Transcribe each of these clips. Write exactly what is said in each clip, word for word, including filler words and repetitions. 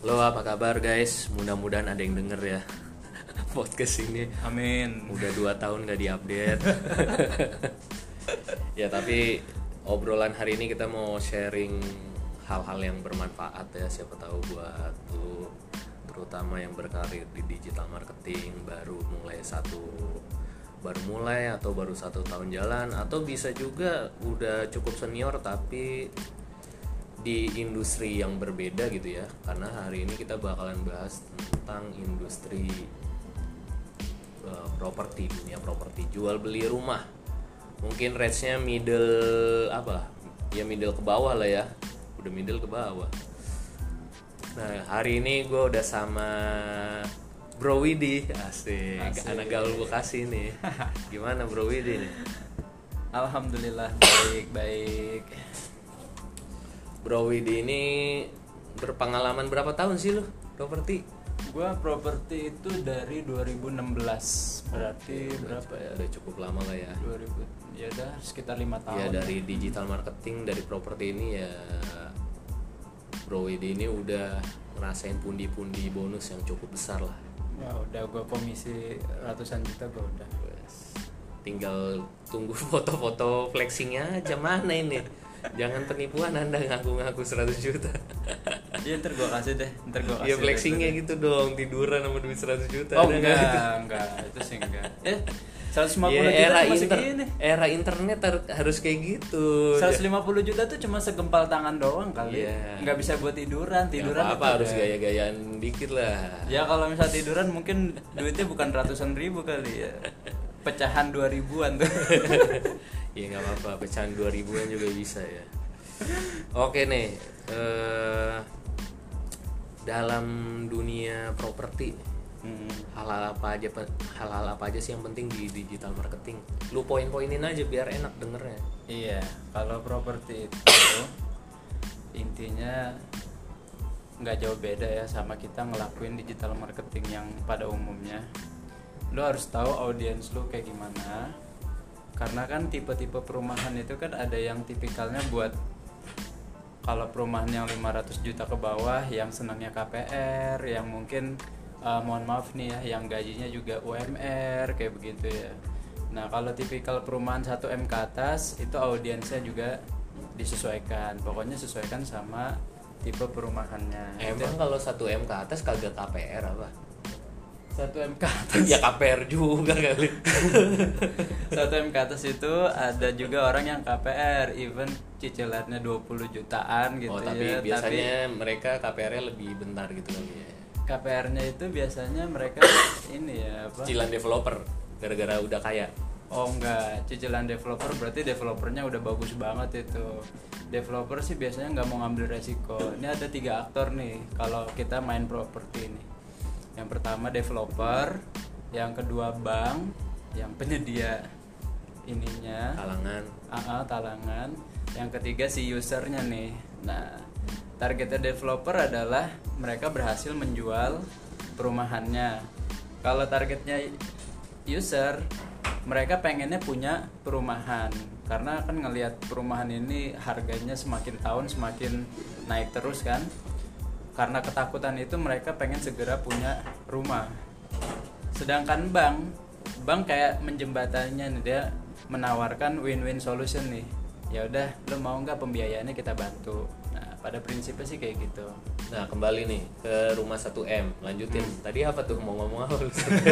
Halo, apa kabar guys? Mudah-mudahan ada yang denger ya podcast ini. Amin. Udah dua tahun gak diupdate. Ya tapi obrolan hari ini kita mau sharing hal-hal yang bermanfaat ya. Siapa tahu buat lu, terutama yang berkarir di digital marketing, baru mulai satu baru mulai atau baru satu tahun jalan, atau bisa juga udah cukup senior tapi di industri yang berbeda gitu ya. Karena hari ini kita bakalan bahas tentang industri uh, properti, dunia properti, jual beli rumah. Mungkin range-nya middle apa? Ya middle ke bawah lah ya. Udah middle ke bawah. Nah, hari ini gue udah sama Bro Widi. Asik, Asik. Anak gaul Bekasi nih. Gimana Bro Widi nih? Alhamdulillah baik-baik. Bro Widi ini berpengalaman berapa tahun sih lu properti? Gua properti itu dari dua ribu enam belas. Berarti Oke, berapa ya? Udah cukup lama lah ya. dua ribu. Ya udah sekitar lima tahun. Ya dari digital marketing, dari properti ini ya Bro Widi ini udah ngerasain pundi-pundi bonus yang cukup besar lah. Ya udah gua komisi ratusan juta gua udah. Tinggal tunggu foto-foto flexingnya aja, mana ini? Jangan penipuan Anda ngaku-ngaku seratus juta. Iya ntar gua kasih deh, ntar gua kasih. Ya flexingnya gitu dong, tiduran sama duit seratus juta. Oh ada enggak, nggak? enggak, itu sih enggak. Eh, seratus lima puluh Ya, juta era cuma inter- segini. era internet har- harus kayak gitu. seratus lima puluh juta tuh cuma segempal tangan doang kali. Iya. Enggak bisa buat tiduran, tiduran Gak apa-apa, itu harus udah- gaya-gayaan dikit lah. Ya kalau misal tiduran mungkin duitnya bukan ratusan ribu kali ya. Pecahan dua ribuan tuh. Ya nggak apa-apa, pecahan dua ribuan juga bisa ya. Oke nih, eh, dalam dunia properti, Hmm. hal-hal apa aja hal-hal apa aja sih yang penting di digital marketing? Lu poin-poinin aja biar enak dengernya. Iya, kalau properti itu intinya nggak jauh beda ya sama kita ngelakuin digital marketing yang pada umumnya. Lu harus tahu audiens lu kayak gimana. Karena kan tipe-tipe perumahan itu kan ada yang tipikalnya buat kalau perumahan yang lima ratus juta ke bawah, yang senangnya K P R, yang mungkin uh, mohon maaf nih ya, yang gajinya juga U M R kayak begitu ya. Nah kalau tipikal perumahan satu M ke atas itu audiensnya juga disesuaikan. Pokoknya sesuaikan sama tipe perumahannya. Emang kalau satu M ke atas kagak K P R apa? satu M ke atas. Ya K P R juga kali. satu M ke atas itu ada juga orang yang K P R, even cicilannya dua puluh jutaan gitu Oh, tapi ya. biasanya mereka K P R-nya lebih bentar gitu kali ya. K P R-nya itu biasanya mereka ini ya apa? Cicilan developer gara-gara udah kaya. Oh enggak, cicilan developer berarti developernya udah bagus banget itu. Developer sih biasanya nggak mau ngambil resiko. Ini ada tiga aktor nih kalau kita main properti ini. Yang pertama developer, yang kedua bank, yang penyedia ininya Kalangan. A A talangan, yang ketiga si usernya nih. Nah, targetnya developer adalah mereka berhasil menjual perumahannya. Kalau targetnya user, mereka pengennya punya perumahan karena kan ngelihat perumahan ini harganya semakin tahun semakin naik terus kan. Karena ketakutan itu mereka pengen segera punya rumah. Sedangkan bank, bank kayak menjembataninya nih, dia menawarkan win-win solution nih. Ya udah, lo mau nggak pembiayaannya kita bantu. Nah, pada prinsipnya sih kayak gitu. Nah, kembali nih ke rumah satu M. Lanjutin. Hmm. Tadi apa tuh mau ngomong apa?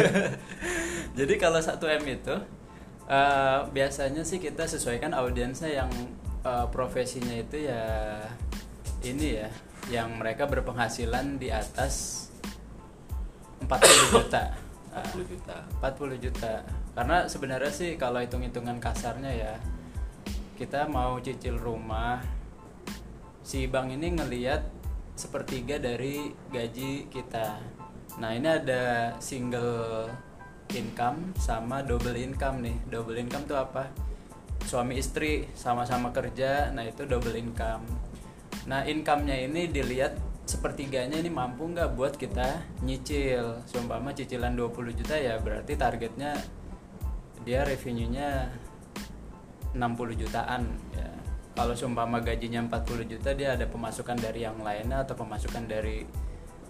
Jadi kalau satu M itu uh, biasanya sih kita sesuaikan audiensnya yang uh, profesinya itu ya ini ya, yang mereka berpenghasilan di atas empat puluh juta. empat puluh juta. empat puluh juta. Karena sebenarnya sih kalau hitung-hitungan kasarnya ya, kita mau cicil rumah, si bank ini ngelihat sepertiga dari gaji kita. Nah, ini ada single income sama double income nih. Double income tuh apa? Suami istri sama-sama kerja, nah itu double income. Nah, income-nya ini dilihat sepertiganya ini mampu nggak buat kita nyicil. Seumpama cicilan dua puluh juta ya berarti targetnya dia revenue-nya enam puluh jutaan ya. Kalau seumpama gajinya empat puluh juta, dia ada pemasukan dari yang lainnya atau pemasukan dari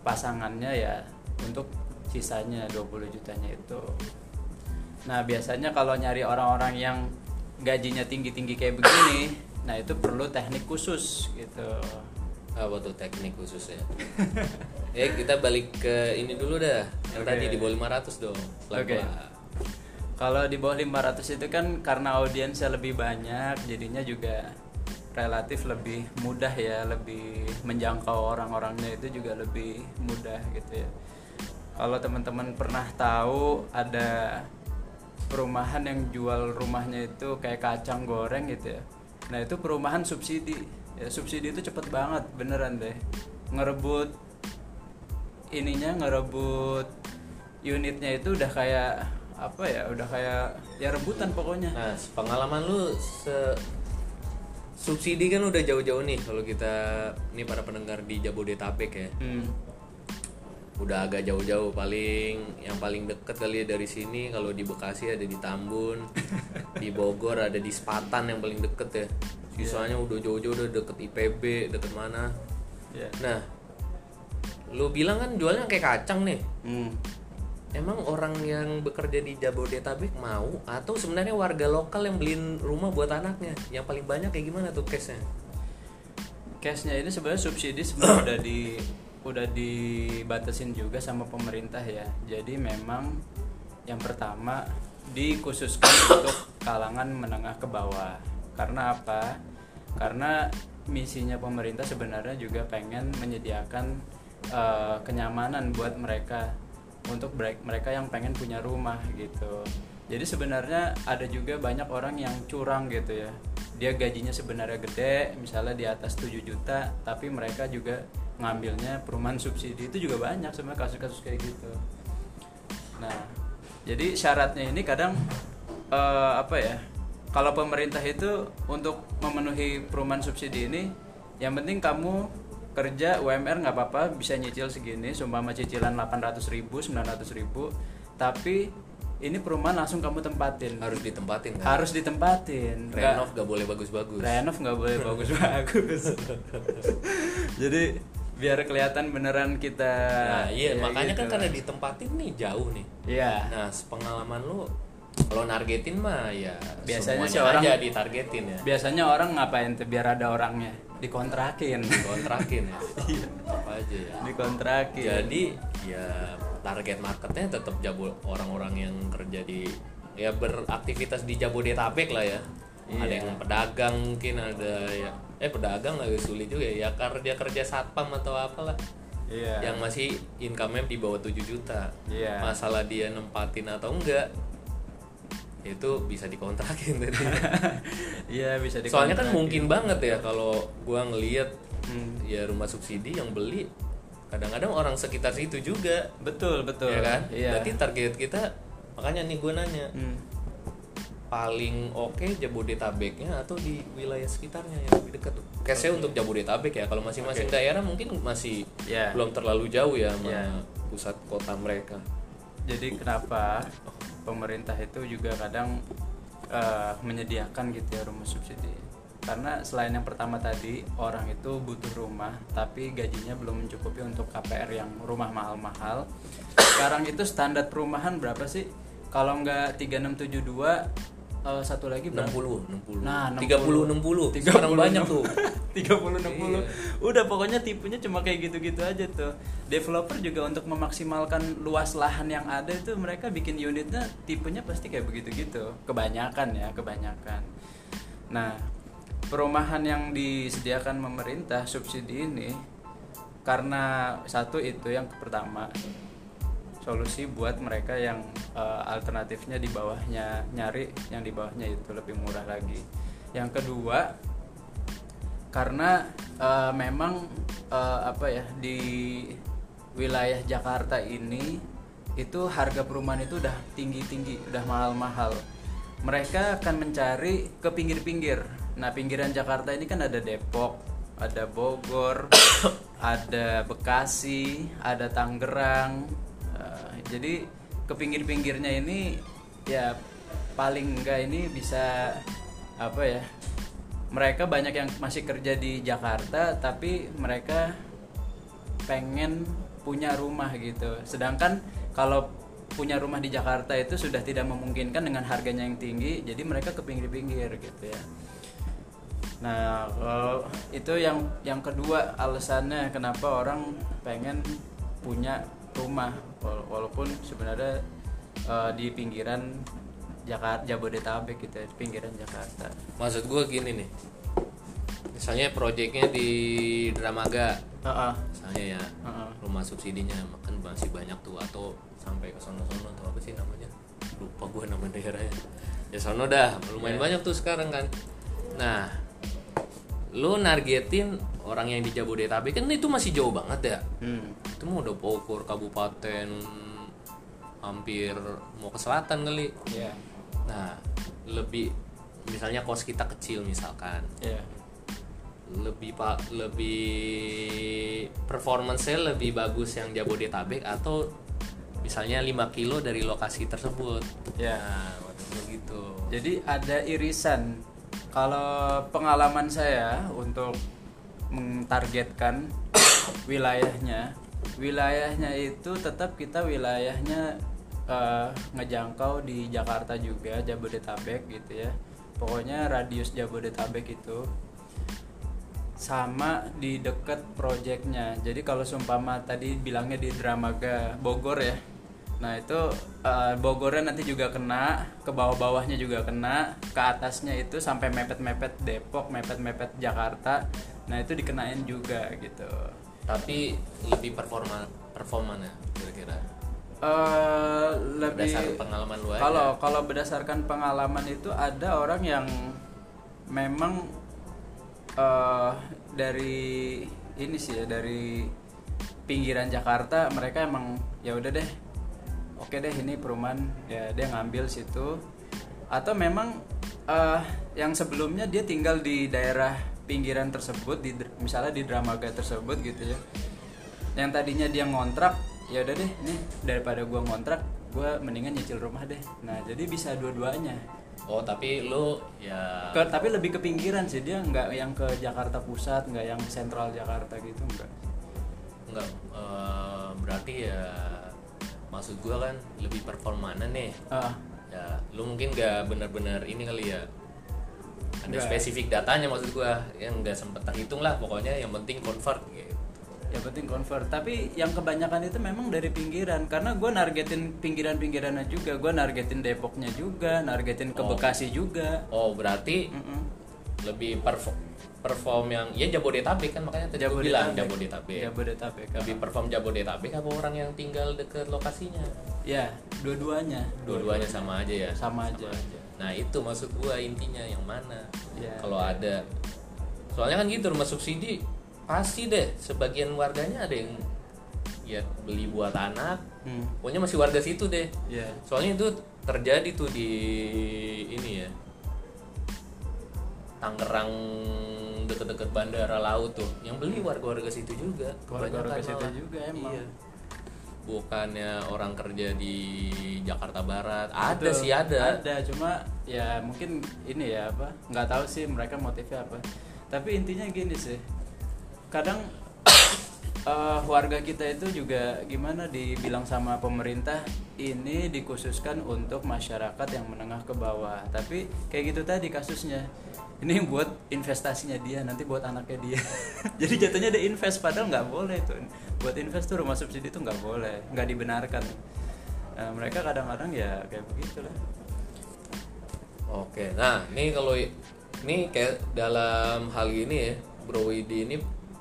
pasangannya ya untuk sisanya dua puluh jutanya itu. Nah biasanya kalau nyari orang-orang yang gajinya tinggi-tinggi kayak begini, nah itu perlu teknik khusus gitu. Apa tuh teknik khusus ya? Eh kita balik ke ini dulu dah. Yang Oke. tadi di bawah lima ratus dong. Oke. Kalau di bawah lima ratus itu kan karena audiensnya lebih banyak, jadinya juga relatif lebih mudah ya, lebih menjangkau orang-orangnya itu juga lebih mudah gitu ya. Kalau teman-teman pernah tahu ada perumahan yang jual rumahnya itu kayak kacang goreng gitu ya. Nah itu perumahan subsidi. Ya, subsidi itu cepet banget beneran deh. Ngerebut ininya, ngerebut unitnya itu udah kayak apa ya, udah kayak ya rebutan pokoknya. Nah, pengalaman lu se subsidi kan udah jauh-jauh nih kalau kita ini para pendengar di Jabodetabek ya. Hmm. Udah agak jauh-jauh, paling yang paling deket kali ya dari sini. Kalau di Bekasi ada di Tambun, di Bogor ada di Sepatan yang paling deket ya. Sisanya yeah. udah jauh-jauh, udah deket I P B, deket mana. Yeah. Nah, lu bilang kan jualnya kayak kacang nih. Hmm. Emang orang yang bekerja di Jabodetabek mau atau sebenarnya warga lokal yang beliin rumah buat anaknya? Yang paling banyak kayak gimana tuh case-nya? Case-nya ini sebenarnya subsidi sebenarnya udah di udah dibatasin juga sama pemerintah ya. Jadi memang yang pertama dikhususkan untuk kalangan menengah ke bawah. Karena apa? Karena misinya pemerintah sebenarnya juga pengen menyediakan uh, kenyamanan buat mereka, untuk mereka yang pengen punya rumah gitu. Jadi sebenarnya ada juga banyak orang yang curang gitu ya. Dia gajinya sebenarnya gede, misalnya di atas tujuh juta, tapi mereka juga ngambilnya perumahan subsidi. Itu juga banyak sebenarnya kasus-kasus kayak gitu. Nah, jadi syaratnya ini kadang uh, apa ya? Kalau pemerintah itu untuk memenuhi perumahan subsidi ini, yang penting kamu kerja U M R nggak apa-apa, bisa nyicil segini, sumpama cicilan delapan ratus ribu, sembilan ratus ribu, tapi ini perumahan langsung kamu tempatin. Harus ditempatin kan? Harus ditempatin. Renov nggak boleh bagus-bagus. Renov nggak boleh bagus-bagus. Jadi biar kelihatan beneran kita. Nah iya, ya makanya gitu. kan karena ditempatin nih jauh nih. Iya. Nah, pengalaman lu kalau nargetin mah ya biasanya semuanya sih orang aja ditargetin ya. Biasanya orang ngapain tuh biar ada orangnya? Dikontrakin. Dikontrakin ya. Apa aja ya. Dikontrakin. Jadi ya target marketnya tetap jabul orang-orang yang kerja di ya beraktivitas di Jabodetabek lah ya. Iya. Ada yang pedagang mungkin, ada ya eh pedagang agak sulit juga ya, kerja kerja satpam atau apalah. Iya. Yang masih income-nya di bawah tujuh juta. Iya. Masalah dia nempatin atau enggak itu bisa dikontrakin tadi. Iya, bisa dikontrakin. Soalnya kan mungkin banget ya kalau gua ngelihat hmm. ya rumah subsidi yang beli kadang-kadang orang sekitar situ juga. Betul, betul. Ya kan? Iya. Berarti target kita, makanya nih gua nanya. Hmm. Paling oke okay Jabodetabeknya atau di wilayah sekitarnya yang lebih dekat tuh. Case-nya okay. Untuk Jabodetabek ya. Kalau masing-masing okay. daerah mungkin masih yeah. belum terlalu jauh ya sama yeah. pusat kota mereka. Jadi kenapa pemerintah itu juga kadang uh, menyediakan gitu ya rumah subsidi? Karena selain yang pertama tadi, orang itu butuh rumah tapi gajinya belum mencukupi untuk K P R yang rumah mahal-mahal. Sekarang itu standar perumahan berapa sih? Kalau nggak tiga enam tujuh dua, uh, satu lagi berapa? enam puluh, enam puluh. Nah, tiga puluh enam puluh. Sekarang banyak tuh. tiga puluh enam puluh. Udah pokoknya tipenya cuma kayak gitu-gitu aja tuh. Developer juga untuk memaksimalkan luas lahan yang ada itu mereka bikin unitnya tipenya pasti kayak begitu-gitu. Kebanyakan ya, kebanyakan. Nah, perumahan yang disediakan pemerintah subsidi ini karena satu itu yang pertama, solusi buat mereka yang uh, alternatifnya di bawahnya, nyari yang di bawahnya itu lebih murah lagi. Yang kedua, karena uh, memang uh, apa ya, di wilayah Jakarta ini itu harga perumahan itu udah tinggi-tinggi, udah mahal-mahal. Mereka akan mencari ke pinggir-pinggir. Nah, pinggiran Jakarta ini kan ada Depok, ada Bogor, ada Bekasi, ada Tangerang. Uh, jadi ke pinggir-pinggirnya ini ya paling enggak ini bisa apa ya? Mereka banyak yang masih kerja di Jakarta tapi mereka pengen punya rumah gitu. Sedangkan kalau punya rumah di Jakarta itu sudah tidak memungkinkan dengan harganya yang tinggi, jadi mereka ke pinggir-pinggir gitu ya. Nah, kalau itu yang yang kedua alasannya kenapa orang pengen punya rumah walaupun sebenarnya uh, di pinggiran Jakarta, Jabodetabek gitu ya, di pinggiran Jakarta. Maksud gue gini nih, misalnya proyeknya di Dramaga, uh-uh. misalnya ya, uh-uh. rumah subsidinya makan masih banyak tuh, atau sampai ke sono-sono atau apa sih namanya, lupa gue nama daerahnya. Ya sono dah, lumayan yeah. banyak tuh sekarang kan. Nah, lu nargetin orang yang di Jabodetabek kan itu masih jauh banget ya. Hmm. Itu mau udah Bogor kabupaten, hampir mau ke selatan kali. Yeah. Nah, lebih misalnya kos kita kecil misalkan. Yeah. Lebih pak lebih performance-nya lebih bagus yang Jabodetabek atau misalnya lima kilo dari lokasi tersebut. Ya, nah, begitu. Jadi ada irisan. Kalau pengalaman saya untuk mentargetkan wilayahnya, wilayahnya itu tetap kita wilayahnya uh, ngejangkau di Jakarta juga, Jabodetabek gitu ya. Pokoknya radius Jabodetabek itu sama di dekat proyeknya. Jadi kalau seumpama tadi bilangnya di Dramaga Bogor ya. Nah itu uh, Bogornya nanti juga kena, ke bawah-bawahnya juga kena, ke atasnya itu sampai mepet-mepet Depok, mepet-mepet Jakarta. Nah itu dikenain juga gitu. Tapi lebih performa performanya kira-kira. Uh, lebih berdasarkan pengalaman lu aja. Kalau kalau berdasarkan pengalaman itu ada orang yang memang uh, dari ini sih ya, dari pinggiran Jakarta, mereka emang ya udah deh. Oke deh ini perumahan ya, dia ngambil situ. Atau memang uh, yang sebelumnya dia tinggal di daerah pinggiran tersebut, di misalnya di Dramaga tersebut gitu ya. Yang tadinya dia ngontrak, ya udah deh nih daripada gua ngontrak, gua mendingan nyicil rumah deh. Nah, jadi bisa dua-duanya. Oh, tapi lu ya ke, tapi lebih ke pinggiran sih, dia nggak yang ke Jakarta Pusat, nggak yang sentral Jakarta gitu, enggak. Enggak, uh, berarti ya maksud gue kan lebih performana nih. Uh. Ya, lu mungkin gak benar-benar ini kali ya. Ada enggak. Spesifik datanya maksud gue, yang nggak sempet terhitung lah. Pokoknya yang penting convert gitu. Yang penting convert. Tapi yang kebanyakan itu memang dari pinggiran, karena gue nargetin pinggiran-pinggirannya juga. Gue nargetin Depoknya juga, nargetin ke oh. Bekasi juga. Oh berarti Mm-mm. lebih perform perform yang ya Jabodetabek kan, makanya tadi gue bilang Jabodetabek. Jabodetabek. Lebih perform Jabodetabek apa orang yang tinggal dekat lokasinya? Ya, dua-duanya. Dua-duanya sama aja ya. Sama aja. Sama aja. Nah, itu maksud gue intinya yang mana? Ya, kalau ya. ada. Soalnya kan gitu, rumah subsidi pasti deh sebagian warganya ada yang ya beli buat anak. Hmm. Pokoknya masih warga situ deh. Ya. Soalnya itu terjadi tuh di ini ya. Tangerang deket-deket bandara laut tuh, yang beli warga-warga situ juga, warga-warga situ juga emang. Iya. Bukannya orang kerja di Jakarta Barat, ada Betul, sih ada. Ada, cuma ya mungkin ini ya apa, nggak tahu sih mereka motifnya apa. Tapi intinya gini sih, kadang uh, warga kita itu juga gimana dibilang sama pemerintah ini dikhususkan untuk masyarakat yang menengah ke bawah. Tapi kayak gitu tadi kasusnya. Ini buat investasinya dia, nanti buat anaknya dia. Jadi jatuhnya dia invest, padahal nggak boleh tuh. Buat invest tuh rumah subsidi tuh nggak boleh, nggak dibenarkan. Nah, mereka kadang-kadang ya kayak begitulah. Oke, nah ini kalau ini kayak dalam hal ini ya, Bro Widi ini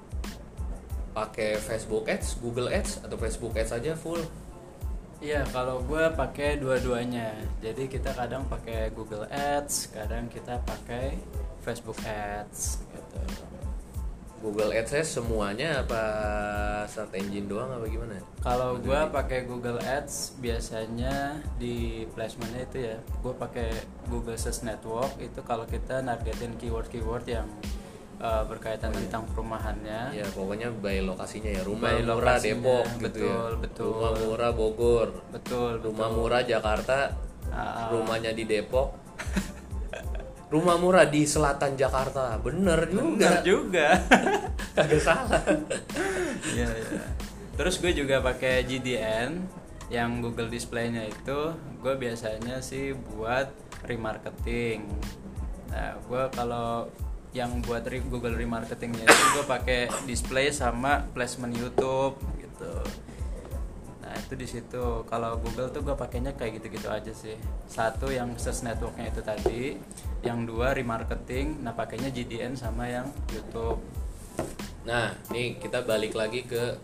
pakai Facebook Ads, Google Ads atau Facebook Ads aja full? Iya, kalau gue pakai dua-duanya. Jadi kita kadang pakai Google Ads, kadang kita pakai Facebook Ads gitu. Google Ads semuanya apa search engine doang apa gimana? Kalau gue pakai Google Ads biasanya di placementnya itu ya, gue pakai Google Search Network. Itu kalau kita nargetin keyword-keyword yang uh, berkaitan oh, tentang perumahannya. Ya pokoknya by lokasinya ya, rumah by murah Depok betul, gitu ya. Betul. Rumah murah Bogor. Betul. Rumah betul. murah Jakarta. Uh, rumahnya di Depok. Rumah murah di selatan Jakarta. Bener juga. Bener juga. Kagak salah. Iya, iya. Terus gue juga pakai G D N yang Google Display-nya itu gue biasanya sih buat remarketing. Nah, gue kalau yang buat re- Google remarketingnya itu gue pakai display sama placement YouTube gitu. Nah, itu di situ. Kalau Google tuh gue pakainya kayak gitu-gitu aja sih. Satu yang search networknya itu tadi, yang dua remarketing. Nah, pakainya G D N sama yang YouTube. Nah, nih kita balik lagi ke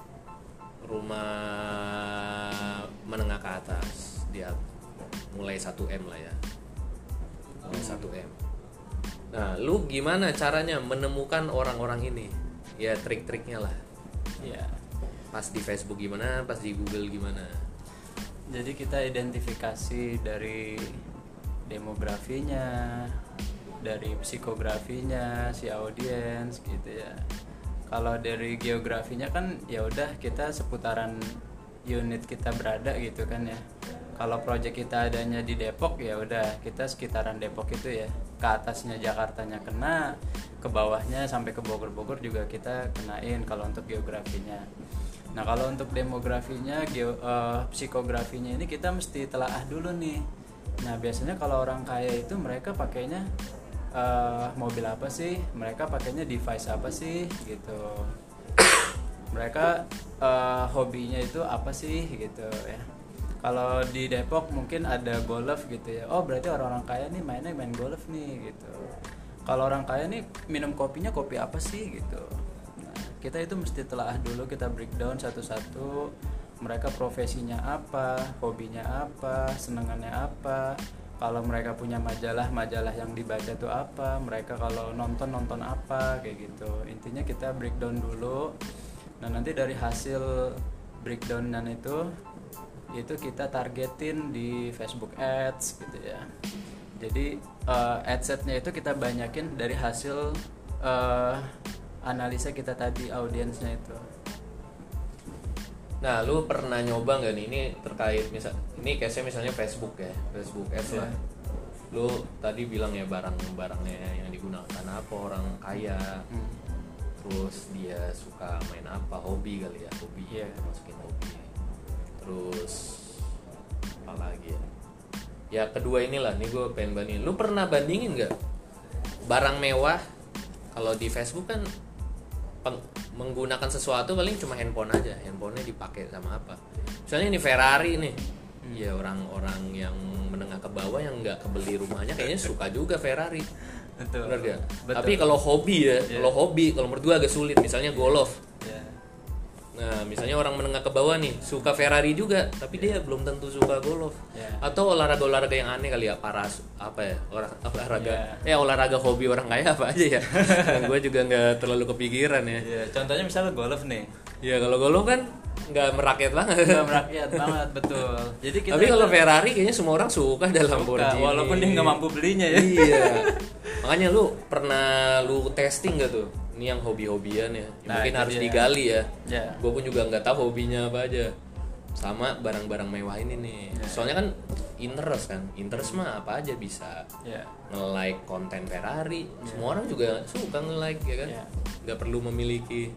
rumah menengah ke atas. Dia mulai satu M lah ya. Mulai Hmm. satu M. Nah, lu gimana caranya menemukan orang-orang ini? Ya trik-triknya lah. Ya. Pas di Facebook gimana, pas di Google gimana? Jadi kita identifikasi dari demografinya, dari psikografinya si audiens gitu ya. Kalau dari geografinya kan ya udah kita seputaran unit kita berada gitu kan ya. Kalau proyek kita adanya di Depok ya udah kita sekitaran Depok itu ya. Ke atasnya Jakartanya kena, ke bawahnya sampai ke Bogor-Bogor juga kita kenain kalau untuk geografinya. Nah, kalau untuk demografinya, geo, uh, psikografinya ini kita mesti telaah dulu nih. Nah, biasanya kalau orang kaya itu mereka pakainya uh, mobil apa sih? Mereka pakainya device apa sih gitu. Mereka uh, hobinya itu apa sih gitu ya. Kalau di Depok mungkin ada golf gitu ya. Oh, berarti orang-orang kaya nih mainnya main golf nih gitu. Kalau orang kaya nih minum kopinya kopi apa sih gitu. Nah, kita itu mesti telaah dulu, kita breakdown satu-satu. Mereka profesinya apa, hobinya apa, senengannya apa. Kalau mereka punya majalah, majalah yang dibaca tuh apa. Mereka kalau nonton nonton apa kayak gitu. Intinya kita breakdown dulu. Nah, nanti dari hasil breakdownan itu itu kita targetin di Facebook Ads gitu ya. Jadi uh, adsetnya itu kita banyakin dari hasil uh, analisa kita tadi audiensnya itu. Nah, lu pernah nyoba nggak nih ini terkait misal ini case-nya misalnya Facebook ya, Facebook Ads Yeah. lah. Lu tadi bilang ya barang-barangnya yang digunakan apa, orang kaya, Hmm. terus dia suka main apa, hobi kali ya, hobi Iya. kita masukin hobi. Terus apa lagi ya? Ya kedua inilah, nih gue pengen bandingin. Lu pernah bandingin nggak barang mewah? Kalau di Facebook kan peng- menggunakan sesuatu paling cuma handphone aja, handphonenya dipakai sama apa? Misalnya ini Ferrari nih, Hmm. ya orang-orang yang menengah ke bawah yang nggak kebeli rumahnya kayaknya suka juga Ferrari. Betul. Bener gak? Betul. Tapi kalau hobi ya, Yeah. kalau hobi, kalau menurut gue agak sulit. Misalnya golf. Ya. Nah, misalnya orang menengah ke bawah nih suka Ferrari juga, tapi dia belum tentu suka golf. Ya. Atau olahraga-olahraga yang aneh kali ya, paras apa ya, olah- olahraga. Ya. Ya olahraga hobi orang kaya apa aja ya. Dan gue juga nggak terlalu kepikiran ya. Ya, contohnya misalnya golf nih. Ya kalau golf kan nggak merakyat banget. Nggak merakyat banget, betul. Jadi kita Tapi kalau Ferrari kayaknya semua orang suka ada suka, Lamborghini. walaupun dia nggak mampu belinya ya. Iya. Makanya lu pernah lu testing gak tuh? Ini yang hobi-hobian ya. Ya Nah, mungkin itu harus dia. digali ya. Ya. Gue pun juga nggak tahu hobinya apa aja. Sama barang-barang mewah ini nih. Ya. Soalnya kan interest kan. Interest mah apa aja bisa. Ya. Nge-like konten Ferrari. Ya. Semua orang juga suka nge-like ya kan. Ya. Nggak perlu memiliki.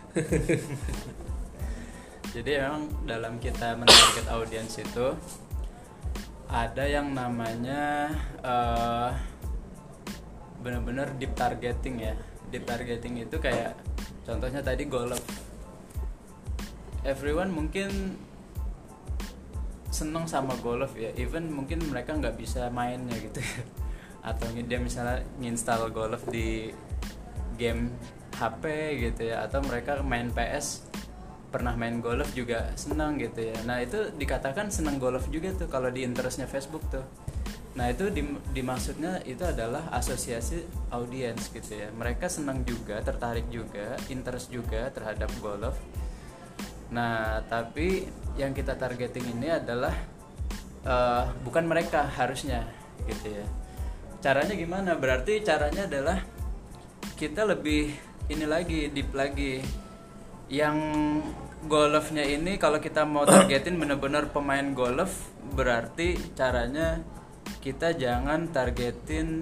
Jadi memang dalam kita menarget audiens itu ada yang namanya uh, benar-benar deep targeting ya. Deep targeting itu kayak contohnya tadi golf. Everyone mungkin seneng sama golf ya, even mungkin mereka nggak bisa mainnya gitu ya. Atau dia misalnya nginstal golf di game H P gitu ya, atau mereka main P S pernah main golf juga senang gitu ya. Nah itu dikatakan senang golf juga tuh kalau di interestnya Facebook tuh. Nah itu dim- dimaksudnya itu adalah asosiasi audiens gitu ya. Mereka senang juga, tertarik juga, interest juga terhadap golf. Nah tapi yang kita targeting ini adalah uh, bukan mereka harusnya gitu ya. Caranya gimana? Berarti caranya adalah kita lebih ini lagi, deep lagi. Yang golfnya ini kalau kita mau targetin benar-benar pemain golf, berarti caranya kita jangan targetin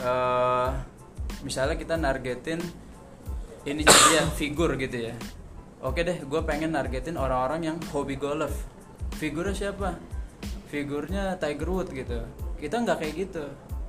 uh, misalnya kita nargetin ini dia figur gitu ya. oke deh gue pengen nargetin orang-orang yang hobi golf. Figurnya siapa? Figurnya Tiger Woods gitu. Kita nggak kayak gitu.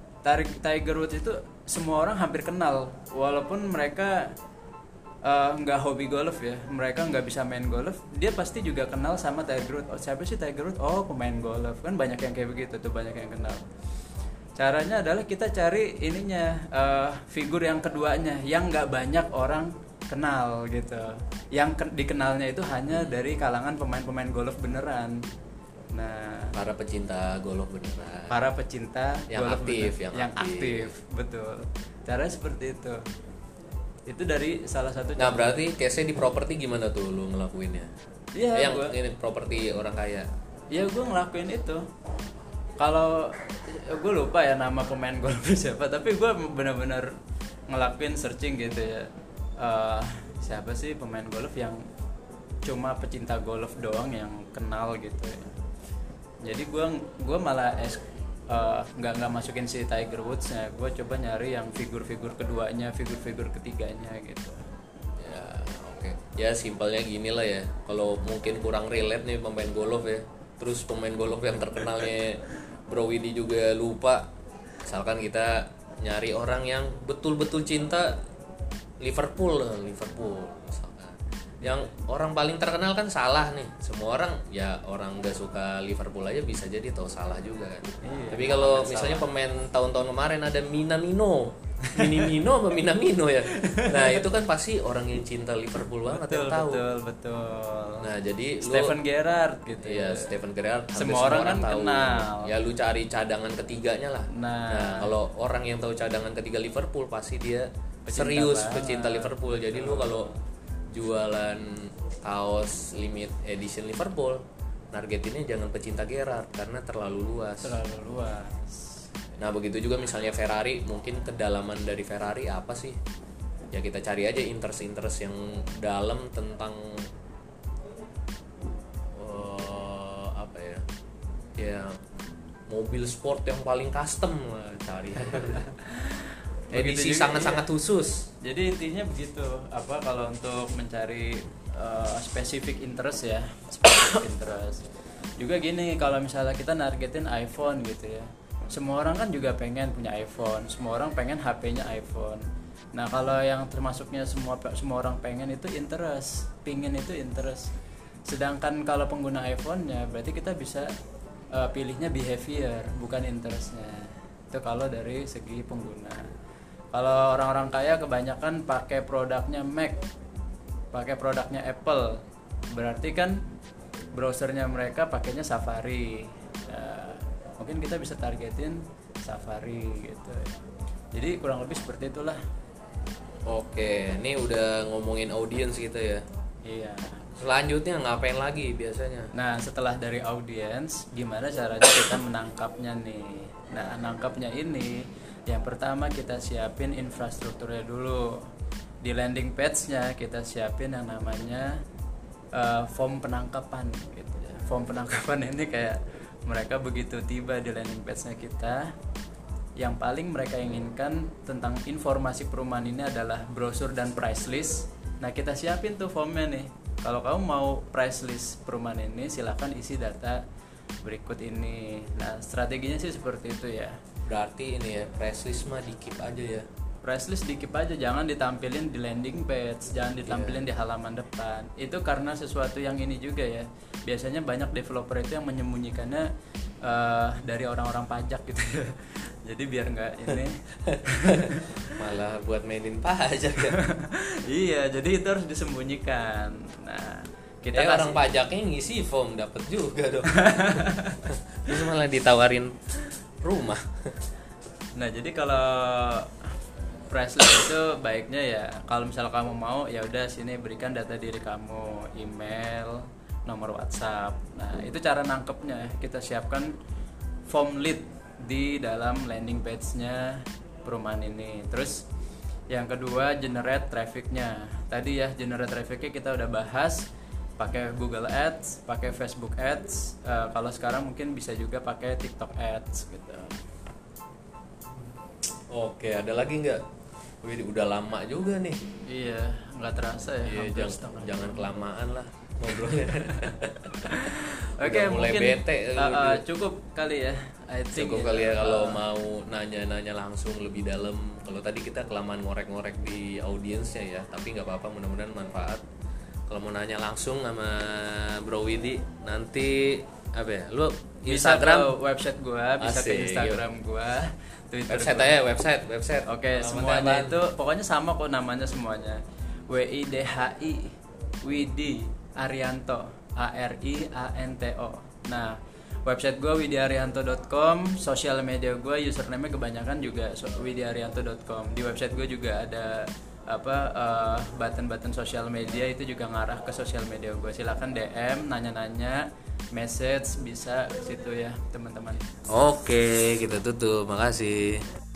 Tiger Woods itu semua orang hampir kenal, walaupun mereka uh, nggak hobi golf ya, mereka nggak bisa main golf, dia pasti juga kenal sama Tiger Woods. Oh siapa sih Tiger Woods? Oh pemain golf. Kan banyak yang kayak begitu tuh, banyak yang kenal. Caranya adalah kita cari ininya, uh, figur yang keduanya yang nggak banyak orang kenal gitu, yang ke- dikenalnya itu hanya dari kalangan pemain-pemain golf beneran. Nah, para pecinta golf beneran, para pecinta yang golf aktif, bener, yang, yang aktif. aktif, betul. Caranya seperti itu. Itu dari salah satu. Nah berarti case-nya di properti gimana tuh lu ngelakuinnya? Iya. yang gua, ini properti orang kaya. Iya gue ngelakuin itu. Kalau gue lupa ya nama pemain golf siapa, tapi gue benar-benar ngelakuin searching gitu ya. Uh, siapa sih pemain golf yang cuma pecinta golf doang yang kenal gitu ya. Jadi gue gue malah es, uh, nggak nggak masukin si Tiger Woods-nya, gue coba nyari yang figur-figur keduanya, figur-figur ketiganya gitu. Ya oke, okay. Ya simpelnya gini lah ya. Kalau mungkin kurang relate nih pemain golf ya, terus pemain golf yang terkenalnya Bro Widi juga lupa. Misalkan kita nyari orang yang betul-betul cinta Liverpool, Liverpool misalkan. Yang orang paling terkenal kan Salah nih. Semua orang ya orang gak suka Liverpool aja bisa jadi tahu Salah juga kan. Iya, tapi kalau Salah. misalnya pemain tahun-tahun kemarin ada Minamino, Minamino apa Minamino ya. Nah itu kan pasti orang yang cinta Liverpool banget betul, yang tahu. Betul betul. Nah jadi Steven lu, Gerrard gitu iya, ya. Steven Gerrard Semua orang kan tahu. kenal. Ya lu cari cadangan ketiganya lah. Nah, Nah kalau orang yang tahu cadangan ketiga Liverpool pasti dia Pecinta serius banget. pecinta Liverpool. Jadi lu kalau jualan kaos limit edition Liverpool, targetinnya jangan pecinta Gerrard karena terlalu luas. Terlalu luas. Nah begitu juga misalnya Ferrari, mungkin kedalaman dari Ferrari apa sih? Ya kita cari aja interest-interest yang dalam tentang uh, apa ya? Ya mobil sport yang paling custom lah, cari aja. Edisi juga, sangat-sangat iya. khusus. Jadi intinya begitu. Apa kalau untuk mencari uh, specific interest ya, specific interest. Juga gini, kalau misalnya kita nargetin iPhone gitu ya. Semua orang kan juga pengen punya iPhone. Semua orang pengen H P-nya iPhone. Nah, kalau yang termasuknya semua semua orang pengen itu interest, pingin itu interest. Sedangkan kalau pengguna iPhone-nya berarti kita bisa uh, pilihnya behavior, bukan interest-nya. Itu kalau dari segi pengguna. Kalau orang-orang kaya kebanyakan pakai produknya Mac, pakai produknya Apple, berarti kan browsernya mereka pakainya Safari. Nah, mungkin kita bisa targetin Safari gitu. Jadi kurang lebih seperti itulah. Oke, ini udah ngomongin audiens gitu ya. Iya. Selanjutnya ngapain lagi biasanya? Nah, setelah dari audiens, gimana caranya kita menangkapnya nih? Nah, nangkapnya ini yang pertama kita siapin infrastrukturnya dulu. Di landing page-nya kita siapin yang namanya uh, form penangkapan gitu ya. Form penangkapan ini kayak mereka begitu tiba di landing page-nya kita, yang paling mereka inginkan tentang informasi perumahan ini adalah brosur dan price list. Nah, kita siapin tuh formnya nih. Kalau kamu mau price list perumahan ini, silahkan isi data berikut ini. Nah, strateginya sih seperti itu ya. Berarti ini ya, price list mah di-keep aja ya. Price list di-keep aja, jangan ditampilin di landing page, jangan ditampilin yeah. di halaman depan. Itu karena sesuatu yang ini juga ya. Biasanya banyak developer itu yang menyembunyikannya uh, dari orang-orang pajak gitu ya. Jadi biar nggak ini malah buat mainin pajak ya. Iya, jadi itu harus disembunyikan. Nah, kita ya, kasih... orang pajaknya ngisi form dapat juga dong. Terus malah ditawarin rumah. Nah, jadi kalau price list itu baiknya ya kalau misalnya kamu mau ya udah sini berikan data diri kamu, email, nomor WhatsApp. Nah, itu cara nangkepnya. Kita siapkan form lead di dalam landing page-nya perumahan ini. Terus yang kedua generate traffic-nya. Tadi ya generate traffic-nya kita udah bahas pakai Google Ads, pakai Facebook Ads. Uh, kalau sekarang mungkin bisa juga pakai TikTok Ads gitu. Oke, ada lagi nggak? Wih, udah lama juga nih. Iya, nggak terasa ya. Iya, hampir jangan, setengah. jangan kelamaan lah ngobrolnya. Oke, Udah mulai mungkin bete, uh, uh, udah. cukup kali ya. I think Cukup ya. kali ya kalau Uh, mau nanya-nanya langsung lebih dalam. Kalau tadi kita kelamaan ngorek-ngorek di audiensnya ya, tapi nggak apa-apa, mudah-mudahan manfaat. Kalau mau nanya langsung sama Bro Widi, nanti apa ya? Lu bisa ke Instagram, website gua, bisa ke Asik, Instagram gua, Twitter website gua. aja, website, website. Oke, Alamat semuanya apaan? itu pokoknya sama kok namanya semuanya. W I D H I Widi Arianto, A R I A N T O. Nah, website gue widi arianto dot com, sosial media gue username kebanyakan juga so, widi arianto dot com. Di website gue juga ada apa uh, button-button sosial media, itu juga ngarah ke sosial media gue. Silakan D M, nanya-nanya, message bisa ke situ ya, teman-teman. Oke, kita tutup. Makasih.